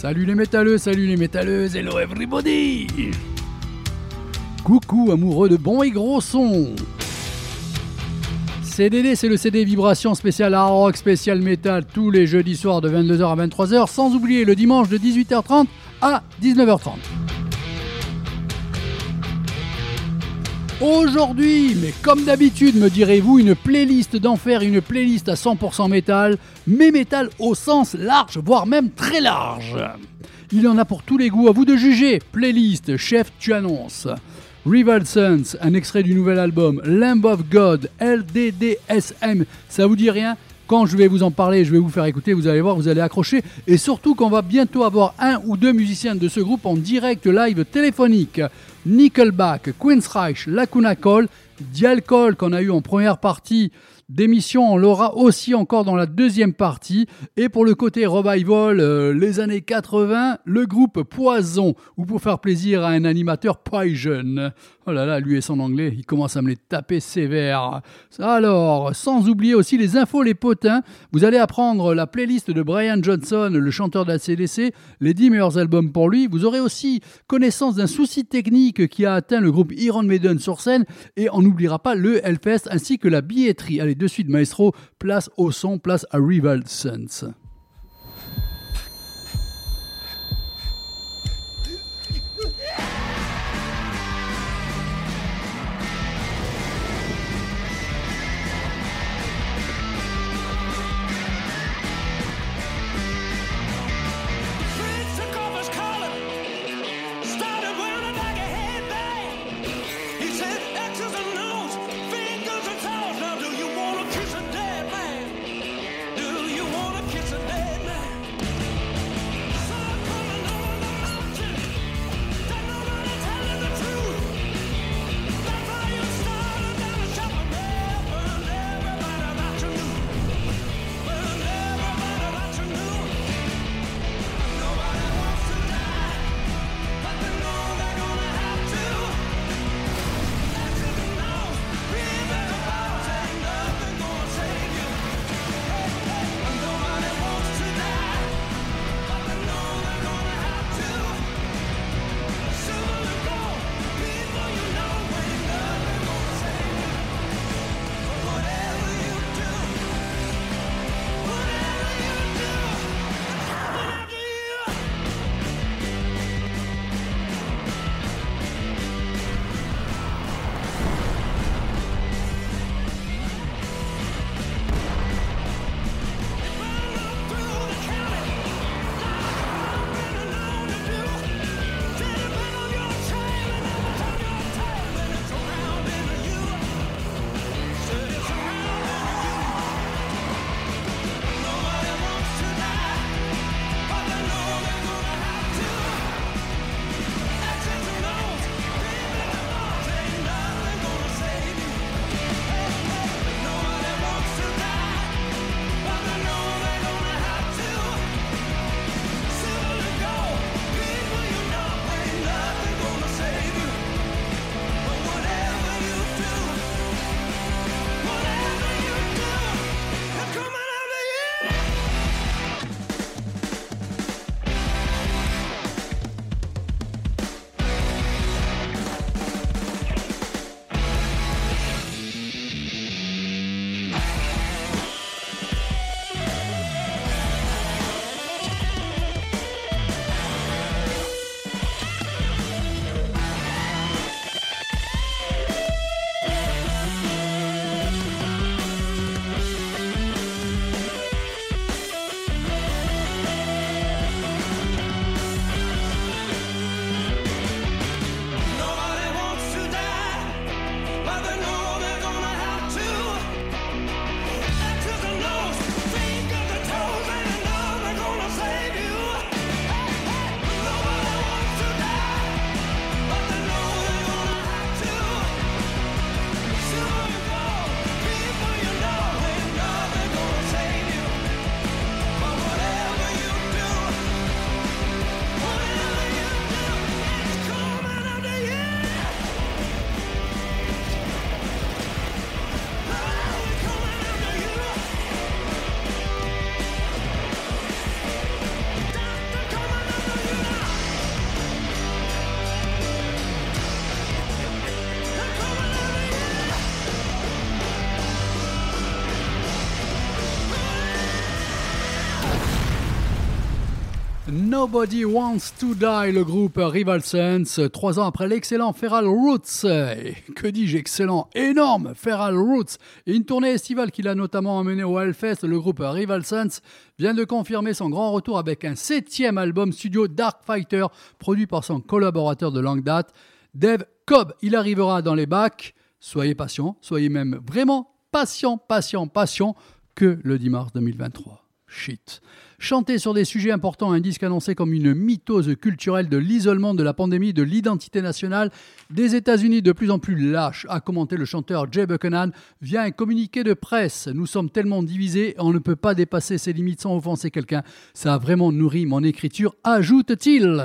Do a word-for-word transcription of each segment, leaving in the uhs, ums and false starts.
Salut les métalleux, salut les métalleuses, hello everybody. Coucou amoureux de bons et gros sons. C D D, c'est le C D Vibration spécial hard rock, spécial metal, tous les jeudis soirs de vingt-deux heures à vingt-trois heures, sans oublier le dimanche de dix-huit heures trente à dix-neuf heures trente. Aujourd'hui, mais comme d'habitude, me direz-vous, une playlist d'enfer, une playlist à cent pour cent métal, mais métal au sens large, voire même très large. Il y en a pour tous les goûts, à vous de juger. Playlist, chef, tu annonces. Rival Sons, un extrait du nouvel album Lamb of God, L D D S M, ça vous dit rien ? Quand je vais vous en parler, je vais vous faire écouter, vous allez voir, vous allez accrocher. Et surtout qu'on va bientôt avoir un ou deux musiciens de ce groupe en direct live téléphonique. Nickelback, Queensryche, Lacuna Coil, Dialcool qu'on a eu en première partie d'émission, on l'aura aussi encore dans la deuxième partie. Et pour le côté revival, euh, les années quatre-vingts, le groupe Poison, ou pour faire plaisir à un animateur Poison. Oh là là, lui et son anglais, il commence à me les taper sévère. Alors, sans oublier aussi les infos, les potins, vous allez apprendre la playlist de Brian Johnson, le chanteur de la C D C, les dix meilleurs albums pour lui. Vous aurez aussi connaissance d'un souci technique qui a atteint le groupe Iron Maiden sur scène, et on n'oubliera pas le Hellfest ainsi que la billetterie. Allez, de suite, maestro, place au son, place à Rival Sons. Kiss a Nobody Wants to Die, le groupe Rival Sons, trois ans après l'excellent Feral Roots. Et que dis-je, excellent, énorme Feral Roots. Et une tournée estivale qu'il a notamment emmenée au Hellfest, le groupe Rival Sons vient de confirmer son grand retour avec un septième album studio Dark Fighter, produit par son collaborateur de longue date, Dave Cobb. Il arrivera dans les bacs. Soyez patient, soyez même vraiment patient, patient, patient, que le dix mars deux mille vingt-trois. Shit. Chanter sur des sujets importants, un disque annoncé comme une mitose culturelle de l'isolement, de la pandémie, de l'identité nationale des États-Unis, de plus en plus lâche, a commenté le chanteur Jay Buchanan via un communiqué de presse. Nous sommes tellement divisés, on ne peut pas dépasser ses limites sans offenser quelqu'un. Ça a vraiment nourri mon écriture, ajoute-t-il.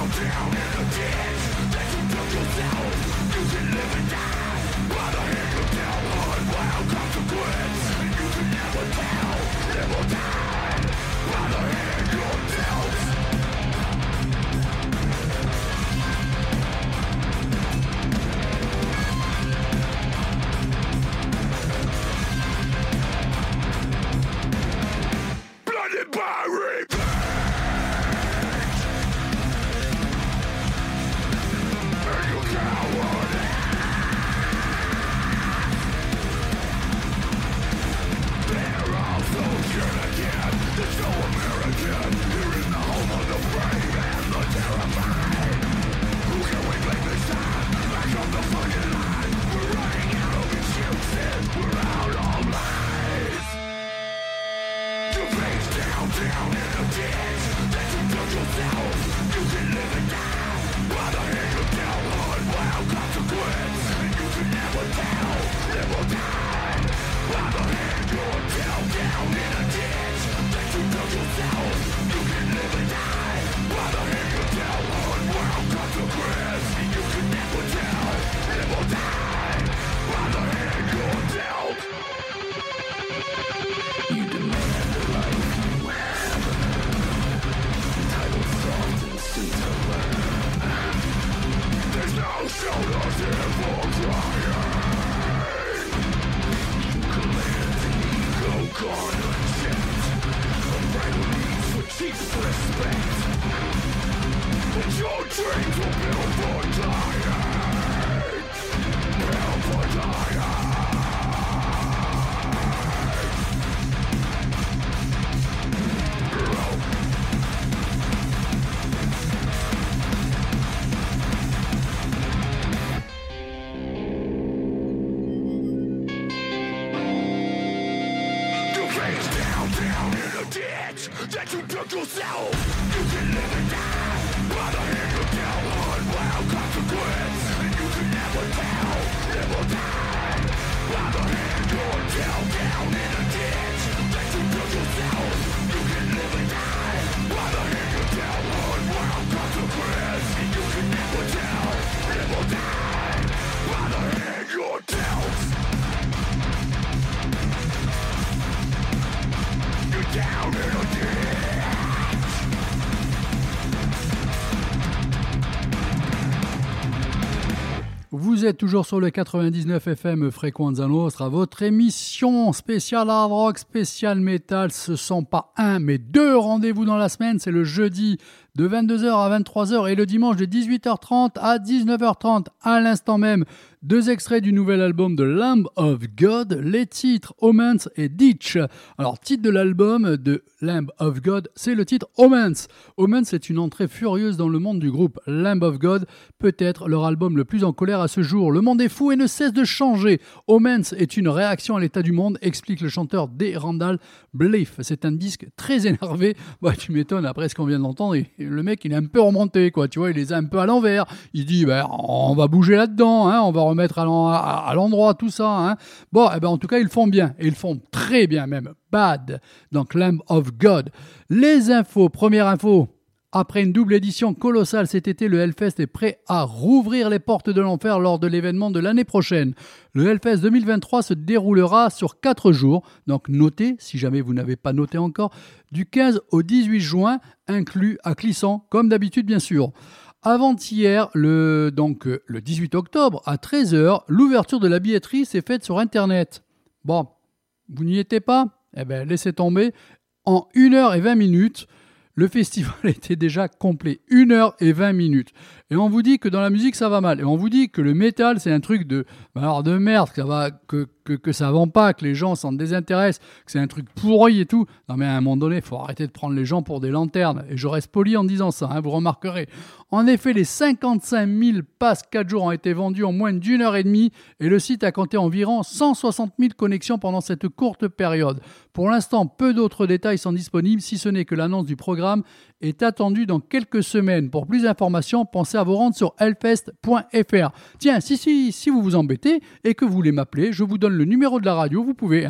Vous êtes toujours sur le quatre-vingt-dix-neuf F M Frequenza Nostra, votre émission spéciale hard rock, spéciale metal. Ce ne sont pas un, mais deux rendez-vous dans la semaine. C'est le jeudi de vingt-deux heures à vingt-trois heures et le dimanche de dix-huit heures trente à dix-neuf heures trente. À l'instant même, deux extraits du nouvel album de Lamb of God, les titres Omens et Ditch. Alors, titre de l'album de Lamb of God, c'est le titre Omens. Omens est une entrée furieuse dans le monde du groupe Lamb of God, peut-être leur album le plus en colère à ce jour. Le monde est fou et ne cesse de changer. Omens est une réaction à l'état du monde, explique le chanteur D. Randall Blythe. C'est un disque très énervé. Bah, tu m'étonnes, après ce qu'on vient de l'entendre, le mec, il est un peu remonté, quoi. Tu vois, il les a un peu à l'envers. Il dit, bah, on va bouger là-dedans, hein, on va remettre à, l'en, à, à l'endroit tout ça. Hein. Bon, eh ben, en tout cas, ils le font bien. Et ils le font très bien même. Bad, donc Lamb of God. Les infos, première info. Après une double édition colossale cet été, le Hellfest est prêt à rouvrir les portes de l'enfer lors de l'événement de l'année prochaine. Le Hellfest deux mille vingt-trois se déroulera sur quatre jours, donc notez, si jamais vous n'avez pas noté encore, du quinze au dix-huit juin, inclus à Clisson, comme d'habitude bien sûr. Avant-hier, le, donc, le dix-huit octobre, à treize heures, l'ouverture de la billetterie s'est faite sur Internet. Bon, vous n'y étiez pas ? Eh bien, laissez tomber. En une heure et vingt minutes, le festival était déjà complet. une heure et vingt minutes. Et on vous dit que dans la musique, ça va mal. Et on vous dit que le métal, c'est un truc de, alors de merde, que ça va, que, que, que ça vend pas, que les gens s'en désintéressent, que c'est un truc pourri et tout. Non, mais à un moment donné, il faut arrêter de prendre les gens pour des lanternes. Et je reste poli en disant ça, hein, vous remarquerez. En effet, les cinquante-cinq mille passes quatre jours ont été vendus en moins d'une heure et demie et le site a compté environ cent soixante mille connexions pendant cette courte période. Pour l'instant, peu d'autres détails sont disponibles, si ce n'est que l'annonce du programme est attendue dans quelques semaines. Pour plus d'informations, pensez à vous rendre sur hellfest point f r. Tiens, si, si, si vous vous embêtez et que vous voulez m'appeler, je vous donne le numéro de la radio, vous pouvez. Hein.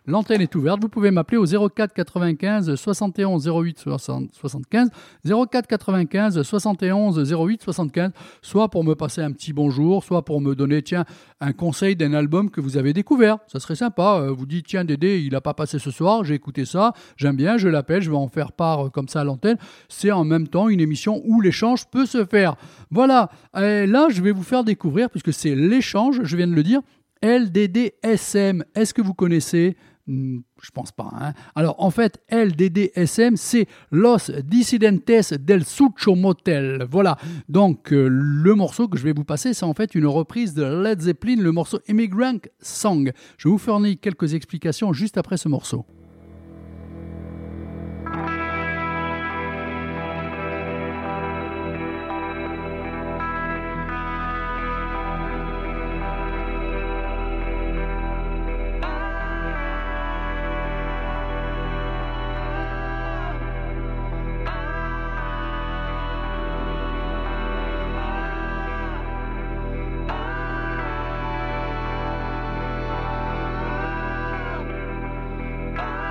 l'antenne est ouverte. Vous pouvez m'appeler au zéro quatre quatre-vingt-quinze soixante et onze zéro huit soixante-quinze, zéro quatre quatre-vingt-quinze soixante et onze zéro huit soixante-quinze, soit pour me passer un petit bonjour, soit pour me donner, tiens, un conseil d'un album que vous avez découvert. Ça serait sympa. Vous dites, tiens, Dédé, il n'a pas passé ce soir, j'ai écouté ça, j'aime bien, je l'appelle, je vais en faire part comme ça à l'antenne. C'est en même temps une émission où l'échange peut se faire. Voilà. Et là, je vais vous faire découvrir, puisque c'est l'échange, je viens de le dire, L D D S M. Est-ce que vous connaissez ? Je pense pas. Hein. Alors, en fait, L D D S M, c'est Los Dissidentes del Sucho Motel. Voilà. Donc, euh, le morceau que je vais vous passer, c'est en fait une reprise de Led Zeppelin, le morceau Immigrant Song. Je vous fournis quelques explications juste après ce morceau. Ah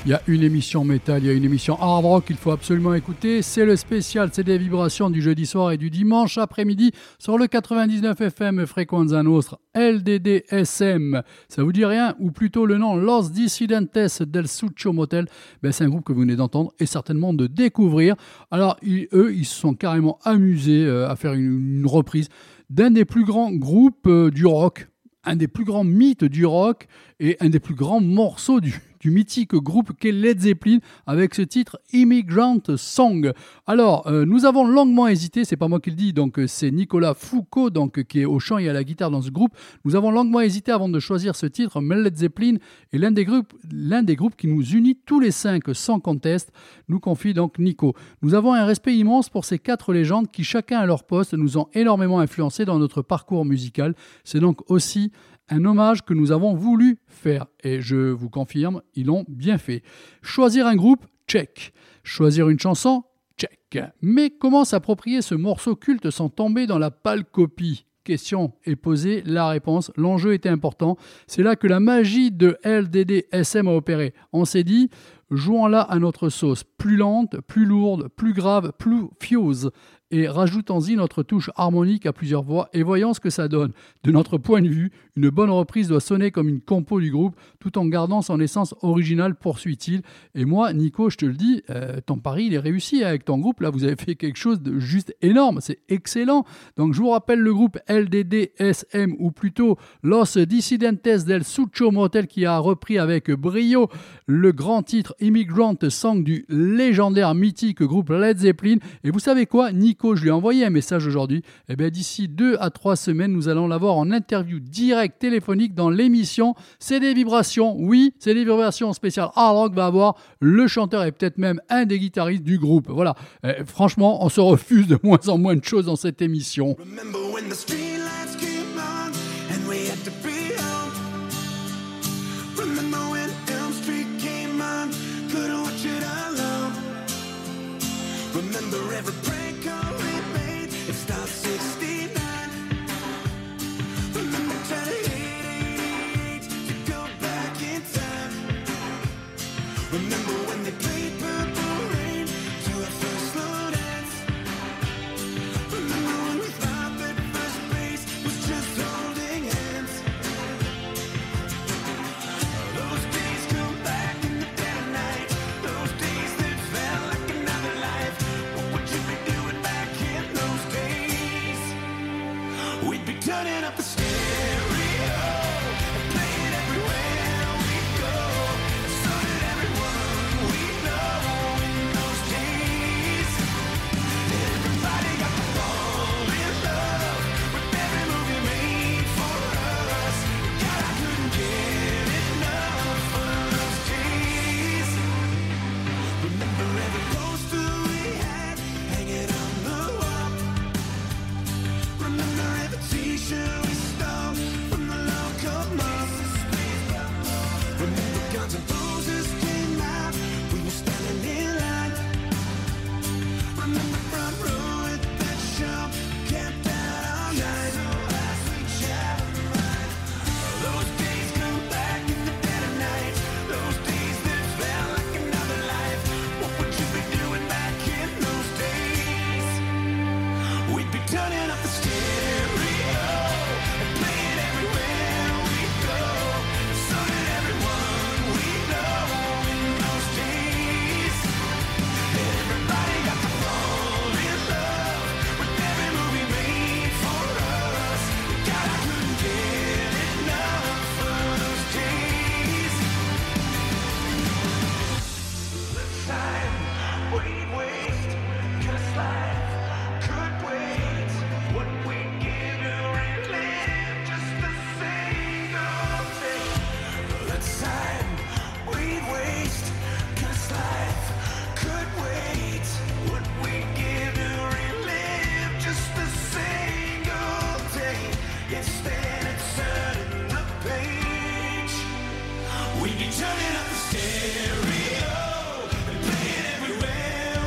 Il y a une émission métal, il y a une émission hard rock qu'il faut absolument écouter. C'est le spécial C D Vibrations du jeudi soir et du dimanche après-midi sur le quatre-vingt-dix-neuf F M Frequenza Nostra L D D S M. Ça vous dit rien? Ou plutôt le nom Los Dissidentes del Succio Motel. Ben, c'est un groupe que vous venez d'entendre et certainement de découvrir. Alors, ils, eux, ils se sont carrément amusés euh, à faire une, une reprise d'un des plus grands groupes euh, du rock, un des plus grands mythes du rock et un des plus grands morceaux du, du mythique groupe qu'est Led Zeppelin avec ce titre Immigrant Song. Alors, euh, nous avons longuement hésité, c'est pas moi qui le dis, donc c'est Nicolas Foucault donc, qui est au chant et à la guitare dans ce groupe. Nous avons longuement hésité avant de choisir ce titre, mais Led Zeppelin est l'un des groupes, l'un des groupes qui nous unit tous les cinq sans conteste, nous confie donc Nico. Nous avons un respect immense pour ces quatre légendes qui, chacun à leur poste, nous ont énormément influencés dans notre parcours musical. C'est donc aussi un hommage que nous avons voulu faire. Et je vous confirme, ils l'ont bien fait. Choisir un groupe, check. Choisir une chanson, check. Mais comment s'approprier ce morceau culte sans tomber dans la pâle copie? Question est posée, la réponse, l'enjeu était important. C'est là que la magie de L D D S M a opéré. On s'est dit, jouons-la à notre sauce, plus lente, plus lourde, plus grave, plus fuse. Et rajoutons-y notre touche harmonique à plusieurs voix et voyons ce que ça donne. De notre point de vue, une bonne reprise doit sonner comme une compo du groupe tout en gardant son essence originale, poursuit-il. Et moi, Nico, je te le dis, euh, ton pari, il est réussi avec ton groupe. Là, vous avez fait quelque chose de juste énorme. C'est excellent. Donc, je vous rappelle le groupe L D D S M ou plutôt Los Dissidentes del Succio Motel qui a repris avec brio le grand titre Immigrant Song du légendaire mythique groupe Led Zeppelin. Et vous savez quoi, Nico, je lui ai envoyé un message aujourd'hui. Eh bien, d'ici deux à trois semaines, nous allons l'avoir en interview directe téléphonique dans l'émission C D Vibrations. Oui, C D Vibrations spécial hard rock va avoir le chanteur et peut-être même un des guitaristes du groupe. Voilà. Eh, franchement, on se refuse de moins en moins de choses dans cette émission. Turning up the stereo and playing everywhere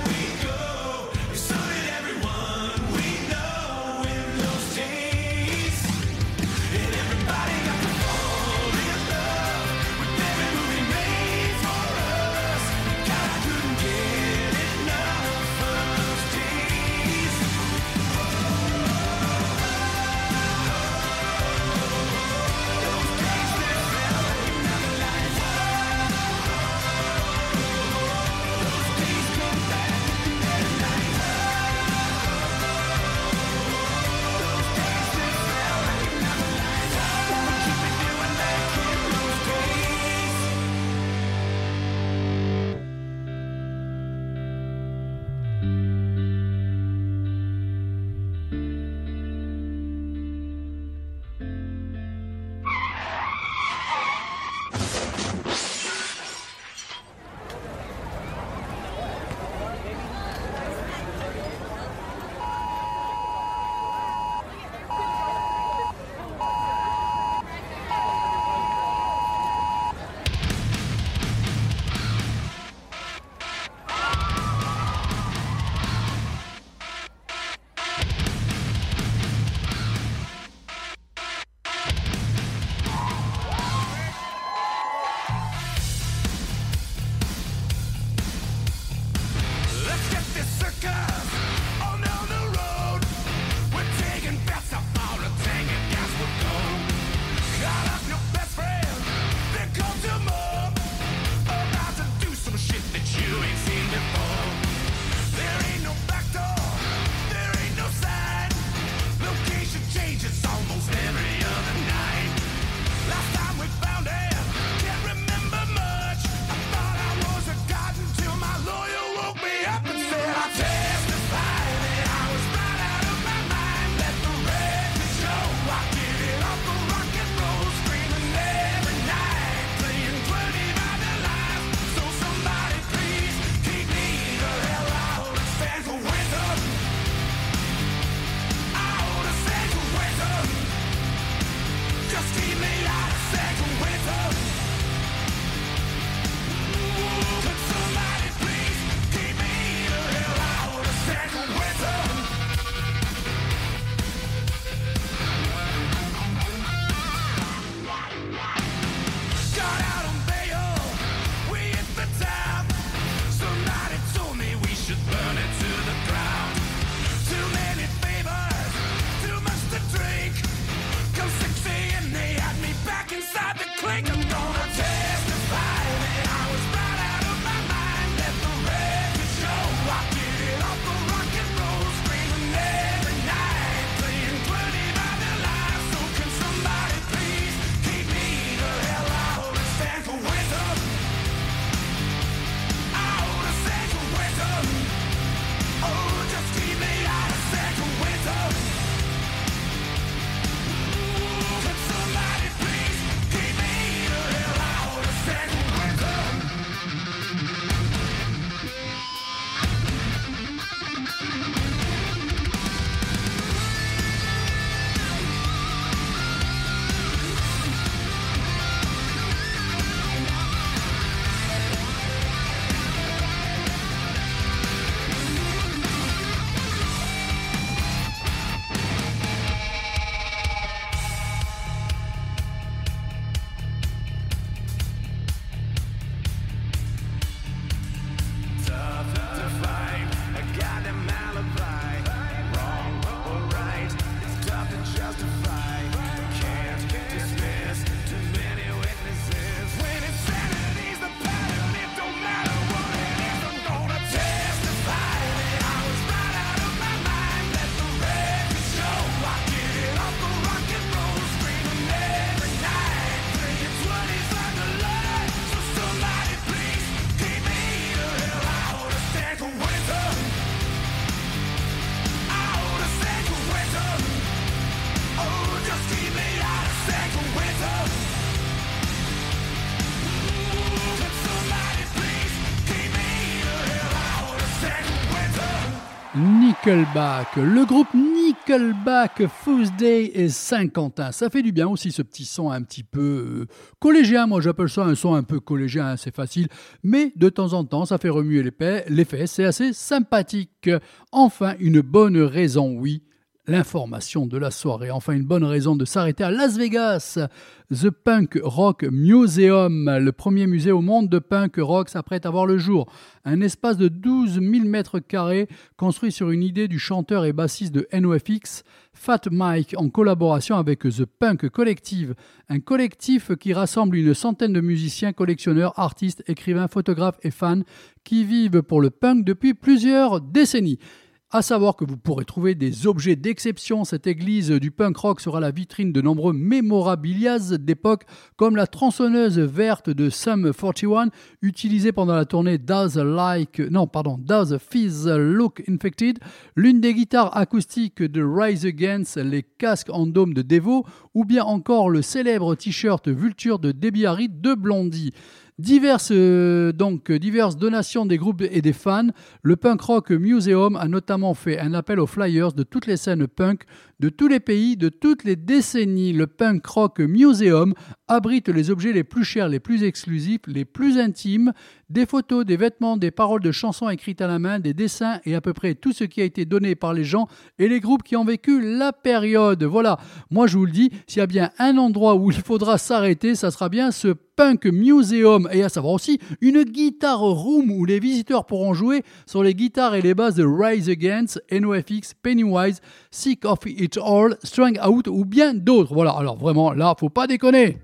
Nickelback, le groupe Nickelback, Tuesday et Saint-Quentin. Ça fait du bien aussi ce petit son un petit peu euh, collégien, moi j'appelle ça un son un peu collégien, hein, c'est facile, mais de temps en temps ça fait remuer les, pa- les fesses, c'est assez sympathique. Enfin une bonne raison, oui, l'information de la soirée, enfin une bonne raison de s'arrêter à Las Vegas. The Punk Rock Museum, le premier musée au monde de punk rock, s'apprête à voir le jour. Un espace de douze mille mètres carrés construit sur une idée du chanteur et bassiste de N O F X, Fat Mike, en collaboration avec The Punk Collective, un collectif qui rassemble une centaine de musiciens, collectionneurs, artistes, écrivains, photographes et fans qui vivent pour le punk depuis plusieurs décennies. À savoir que vous pourrez trouver des objets d'exception. Cette église du punk rock sera la vitrine de nombreux mémorabilias d'époque, comme la tronçonneuse verte de Sum quarante et un, utilisée pendant la tournée Does Like, non, pardon, Does Fizz Look Infected, l'une des guitares acoustiques de Rise Against, les casques en dôme de Devo, ou bien encore le célèbre t-shirt Vulture de Debbie Harry de Blondie. Diverses, euh, donc, diverses donations des groupes et des fans. Le Punk Rock Museum a notamment fait un appel aux flyers de toutes les scènes punk de tous les pays, de toutes les décennies. Le Punk Rock Museum abrite les objets les plus chers, les plus exclusifs, les plus intimes, des photos, des vêtements, des paroles de chansons écrites à la main, des dessins et à peu près tout ce qui a été donné par les gens et les groupes qui ont vécu la période. Voilà, moi je vous le dis, s'il y a bien un endroit où il faudra s'arrêter, ça sera bien ce Punk Museum, et à savoir aussi une guitar room où les visiteurs pourront jouer sur les guitares et les basses de Rise Against, N O F X, Pennywise, Sick of It All, Strung Out ou bien d'autres. Voilà, alors vraiment là, faut pas déconner.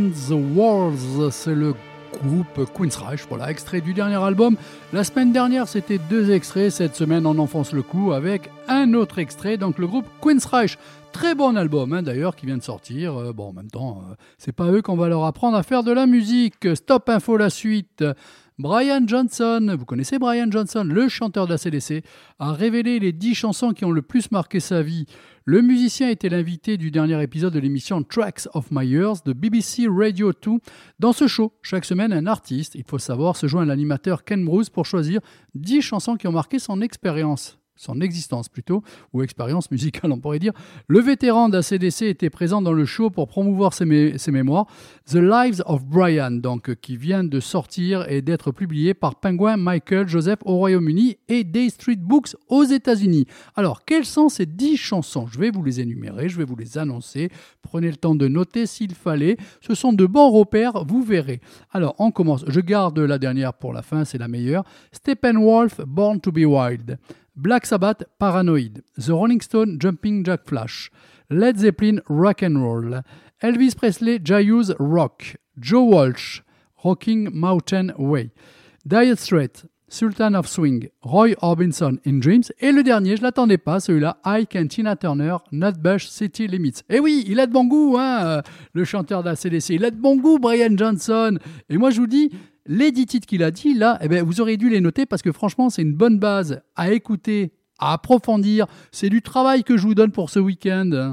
the Walls, c'est le groupe Queensryche, voilà, extrait du dernier album. La semaine dernière, c'était deux extraits. Cette semaine, on enfonce le clou avec un autre extrait. Donc, le groupe Queensryche, très bon album, hein, d'ailleurs, qui vient de sortir. Euh, bon, en même temps, euh, c'est pas eux qu'on va leur apprendre à faire de la musique. Stop Info, la suite. Brian Johnson, vous connaissez Brian Johnson, le chanteur d'A C D C, a révélé les dix chansons qui ont le plus marqué sa vie. Le musicien était l'invité du dernier épisode de l'émission Tracks of My Years de B B C Radio deux. Dans ce show, chaque semaine, un artiste, il faut savoir, se joint à l'animateur Ken Bruce pour choisir dix chansons qui ont marqué son expérience. son existence plutôt, ou expérience musicale on pourrait dire. Le vétéran d'A C D C était présent dans le show pour promouvoir ses, mé- ses mémoires. The Lives of Brian, donc, qui vient de sortir et d'être publié par Penguin Michael Joseph au Royaume-Uni et Day Street Books aux États-Unis. Alors, quelles sont ces dix chansons ? Je vais vous les énumérer, je vais vous les annoncer. Prenez le temps de noter s'il fallait. Ce sont de bons repères, vous verrez. Alors, on commence. Je garde la dernière pour la fin, c'est la meilleure. Steppenwolf, Born to be Wild. Black Sabbath, Paranoid. The Rolling Stones, Jumping Jack Flash. Led Zeppelin, Rock and Roll. Elvis Presley, Jailhouse, Rock. Joe Walsh, Rocking Mountain Way. Dire Straits, Sultan of Swing. Roy Orbison, In Dreams. Et le dernier, je ne l'attendais pas, celui-là, Ike and Tina Turner, Nutbush City Limits. Et oui, il a de bon goût, hein, le chanteur d'A C D C. Il a de bon goût, Brian Johnson. Et moi, je vous dis... Les dix titres qu'il a dit, là, eh ben, vous aurez dû les noter parce que franchement, c'est une bonne base à écouter, à approfondir. C'est du travail que je vous donne pour ce week-end.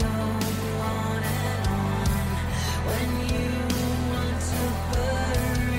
When you want to bury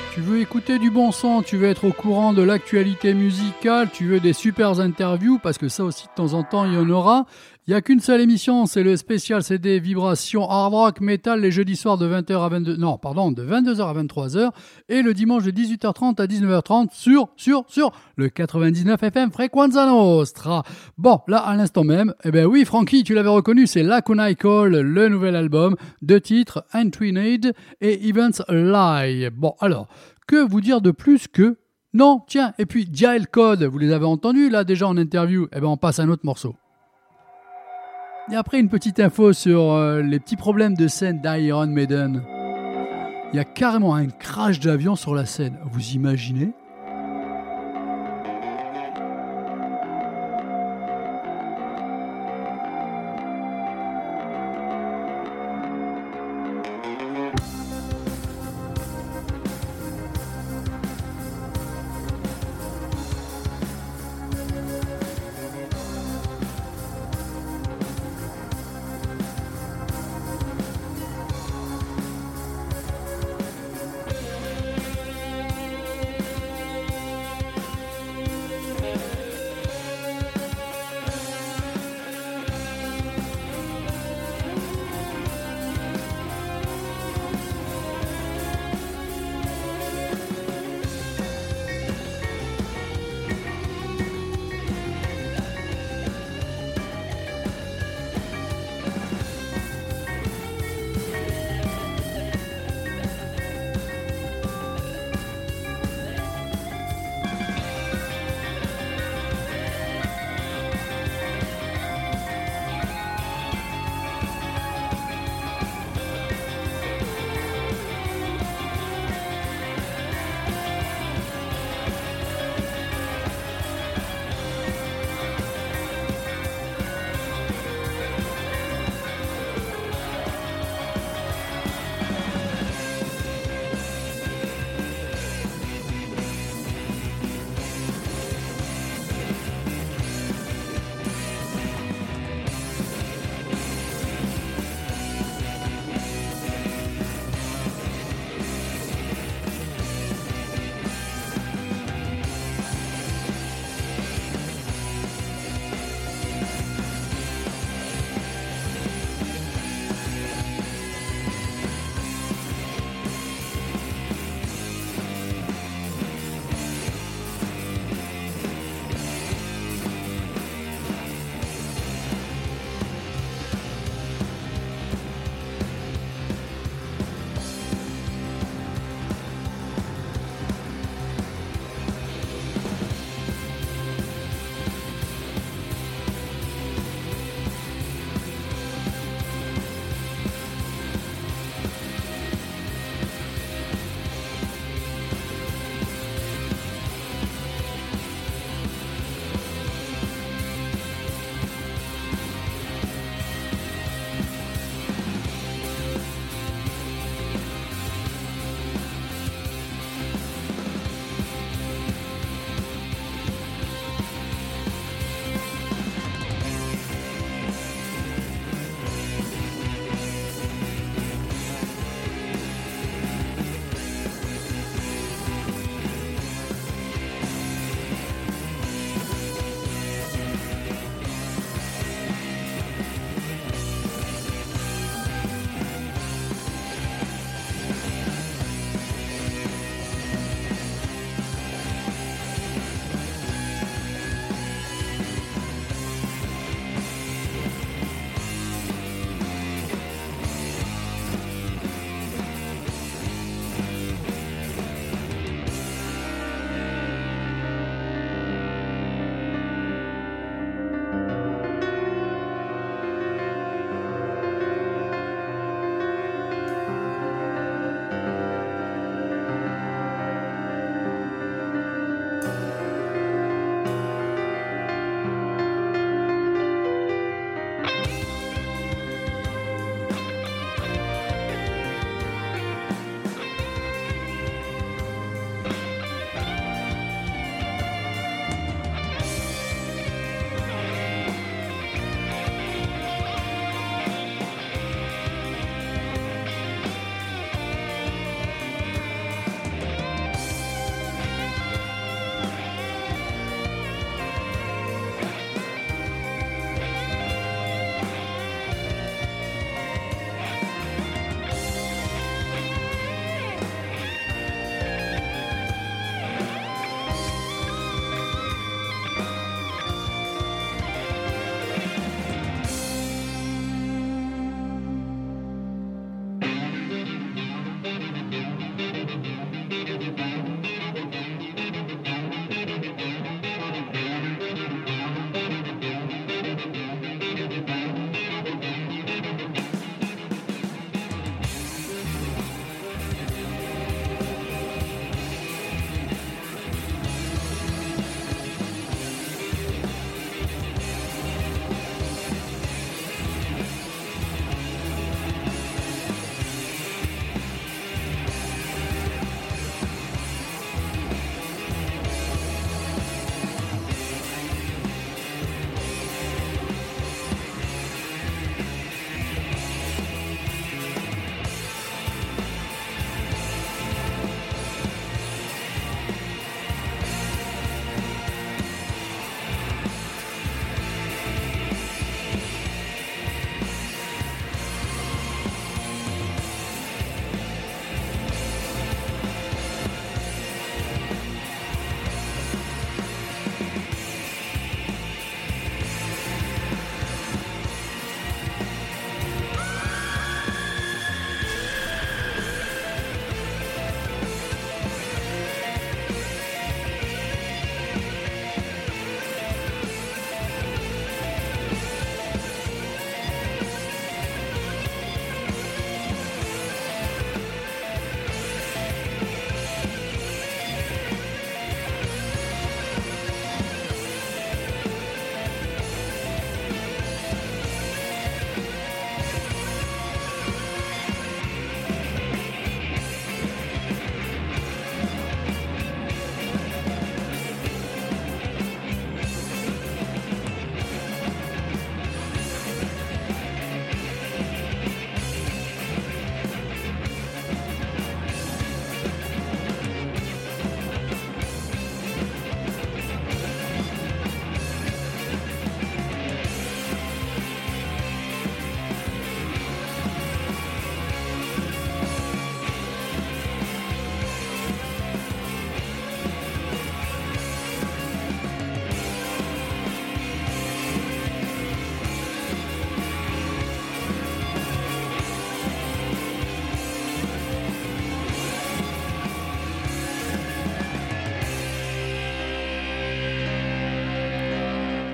Tu veux écouter du bon son, tu veux être au courant de l'actualité musicale, tu veux des super interviews, parce que ça aussi de temps en temps il y en aura. Il n'y a qu'une seule émission, c'est le spécial C D Vibration Hard Rock Metal les jeudis soirs de vingt heures à vingt-deux non, pardon, de vingt-deux heures à vingt-trois heures et le dimanche de dix-huit heures trente à dix-neuf heures trente sur, sur, sur le quatre-vingt-dix-neuf F M Frequenza Nostra. Bon, là, à l'instant même, eh ben oui, Francky, tu l'avais reconnu, c'est Lacuna Call, le nouvel album, deux titres, Entwined et Events Lie. Bon, alors, que vous dire de plus que non, tiens, et puis Jail Code, vous les avez entendus là déjà en interview, eh ben on passe à un autre morceau. Et après, une petite info sur euh, les petits problèmes de scène d'Iron Maiden. Il y a carrément un crash d'avion sur la scène. Vous imaginez ?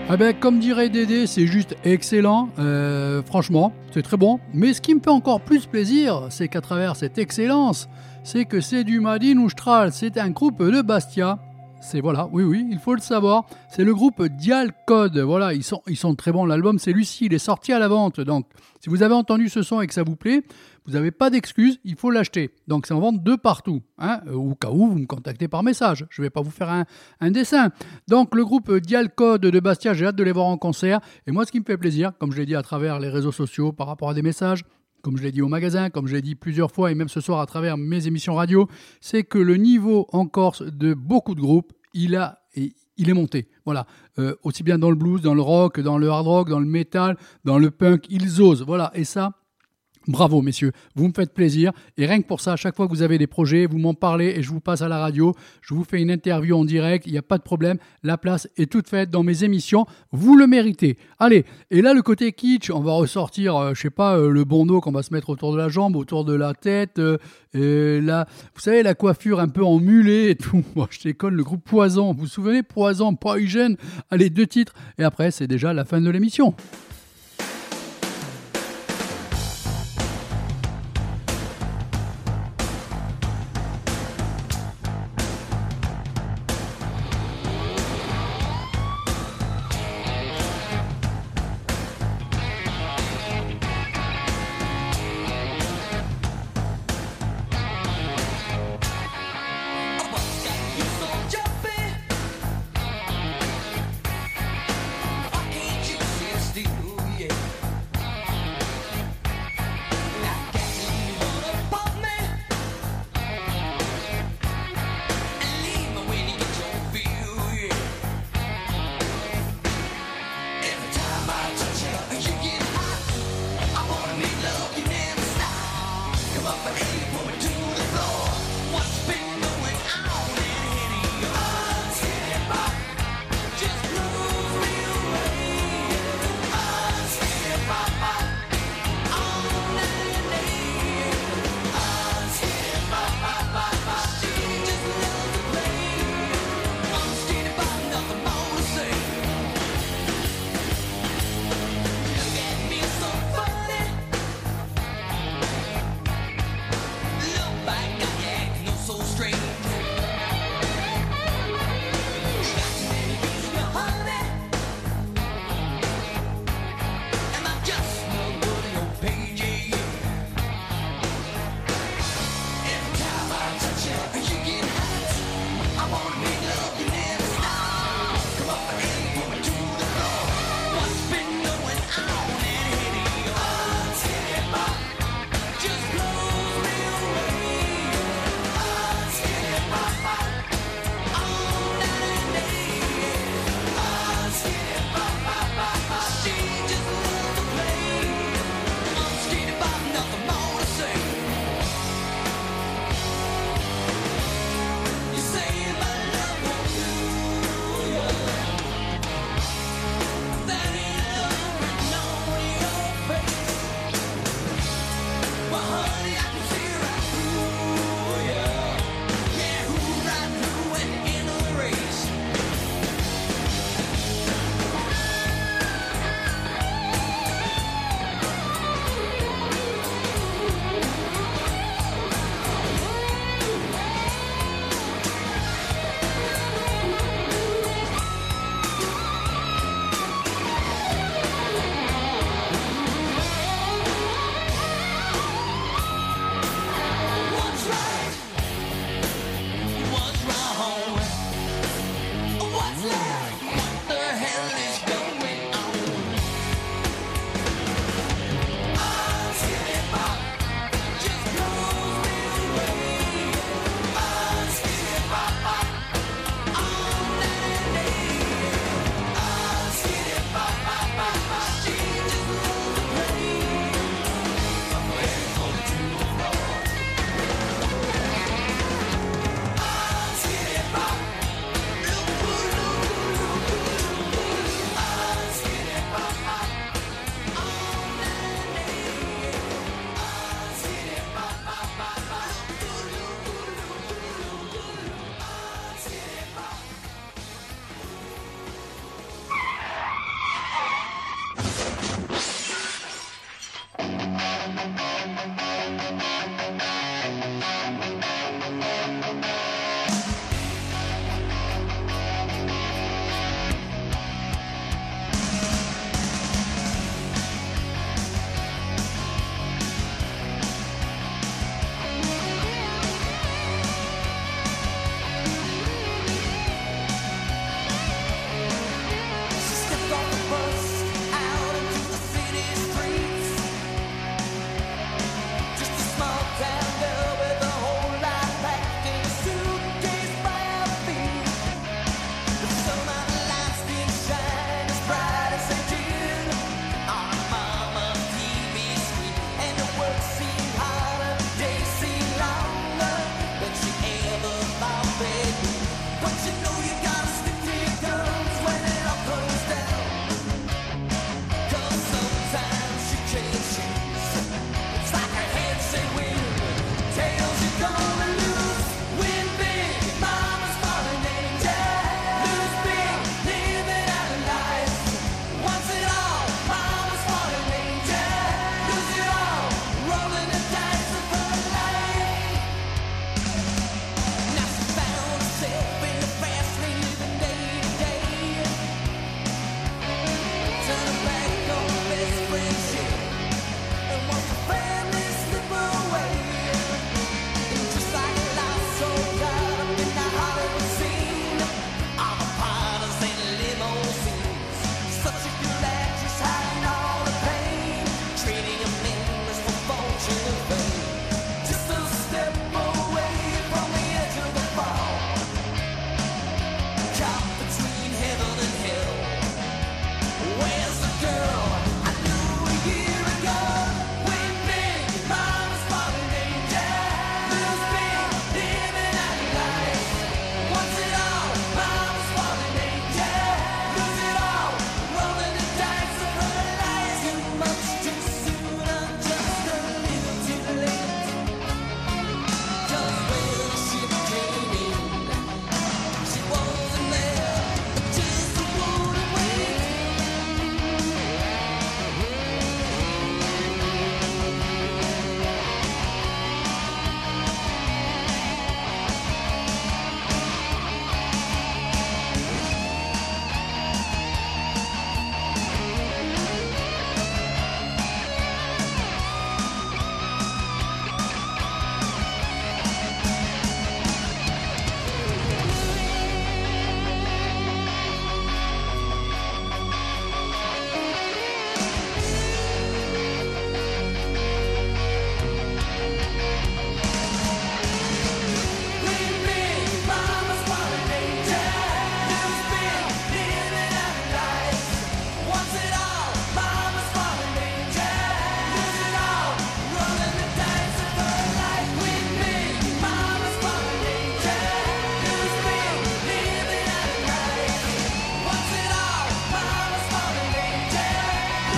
Ah ben, comme dirait Dédé, c'est juste excellent, euh, franchement, c'est très bon. Mais ce qui me fait encore plus plaisir, c'est qu'à travers cette excellence, c'est que c'est du Madin Austral, c'est un groupe de Bastia. C'est voilà, oui oui, il faut le savoir. C'est le groupe Dial Code. Voilà, ils sont ils sont très bons. L'album c'est Lucie, il est sorti à la vente. Donc, si vous avez entendu ce son et que ça vous plaît, vous n'avez pas d'excuses, il faut l'acheter. Donc c'est en vente de partout. Hein, au cas où vous me contactez par message. Je ne vais pas vous faire un, un dessin. Donc le groupe Dial Code de Bastia, j'ai hâte de les voir en concert. Et moi, ce qui me fait plaisir, comme je l'ai dit à travers les réseaux sociaux, par rapport à des messages, comme je l'ai dit au magasin, comme je l'ai dit plusieurs fois et même ce soir à travers mes émissions radio, c'est que le niveau en Corse de beaucoup de groupes, il a et il est monté. Voilà, euh, aussi bien dans le blues, dans le rock, dans le hard rock, dans le metal, dans le punk, ils osent. Voilà, et ça, bravo messieurs, vous me faites plaisir et rien que pour ça, à chaque fois que vous avez des projets, vous m'en parlez et je vous passe à la radio, je vous fais une interview en direct, il n'y a pas de problème, la place est toute faite dans mes émissions, vous le méritez. Allez, et là le côté kitsch, on va ressortir, euh, je sais pas, euh, le bandeau qu'on va se mettre autour de la jambe, autour de la tête, euh, et là, vous savez, la coiffure un peu en mulet et tout. Moi, je déconne, le groupe Poison, vous vous souvenez, Poison, pas hygiène, allez, deux titres, et après c'est déjà la fin de l'émission. Still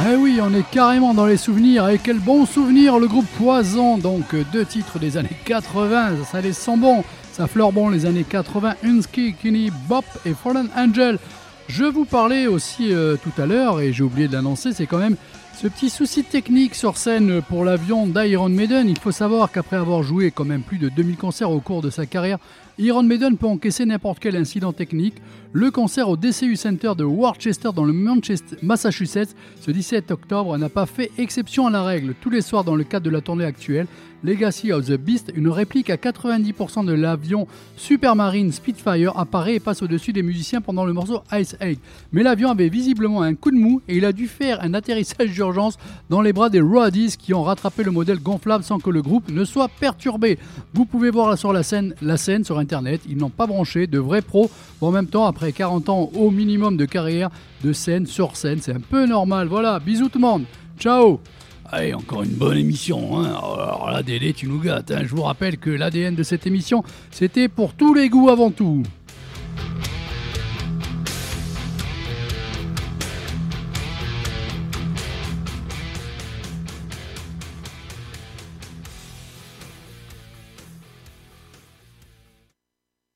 Eh oui, on est carrément dans les souvenirs. Et quel bon souvenir, le groupe Poison. Donc deux titres des années quatre-vingts, ça les sent bon. Ça fleure bon les années quatre-vingts. Unsky, Kenny, Bop et Fallen Angel. Je vous parlais aussi euh, tout à l'heure, et j'ai oublié de l'annoncer, c'est quand même ce petit souci technique sur scène pour l'avion d'Iron Maiden. Il faut savoir qu'après avoir joué quand même plus de deux mille concerts au cours de sa carrière, Iron Maiden peut encaisser n'importe quel incident technique. Le concert au D C U Center de Worcester dans le Manchester, Massachusetts ce dix-sept octobre n'a pas fait exception à la règle. Tous les soirs dans le cadre de la tournée actuelle, Legacy of the Beast, une réplique à quatre-vingt-dix pour cent de l'avion Supermarine Spitfire apparaît et passe au-dessus des musiciens pendant le morceau Ice Age. Mais l'avion avait visiblement un coup de mou et il a dû faire un atterrissage d'urgence dans les bras des roadies qui ont rattrapé le modèle gonflable sans que le groupe ne soit perturbé. Vous pouvez voir sur la scène, la scène sur internet, ils n'ont pas branché de vrais pros. En même temps, après quarante ans au minimum de carrière de scène sur scène, c'est un peu normal. Voilà, bisous tout le monde, ciao. Allez, encore une bonne émission, hein. Alors là, Dédé, tu nous gâtes, hein. Je vous rappelle que l'A D N de cette émission, c'était pour tous les goûts avant tout.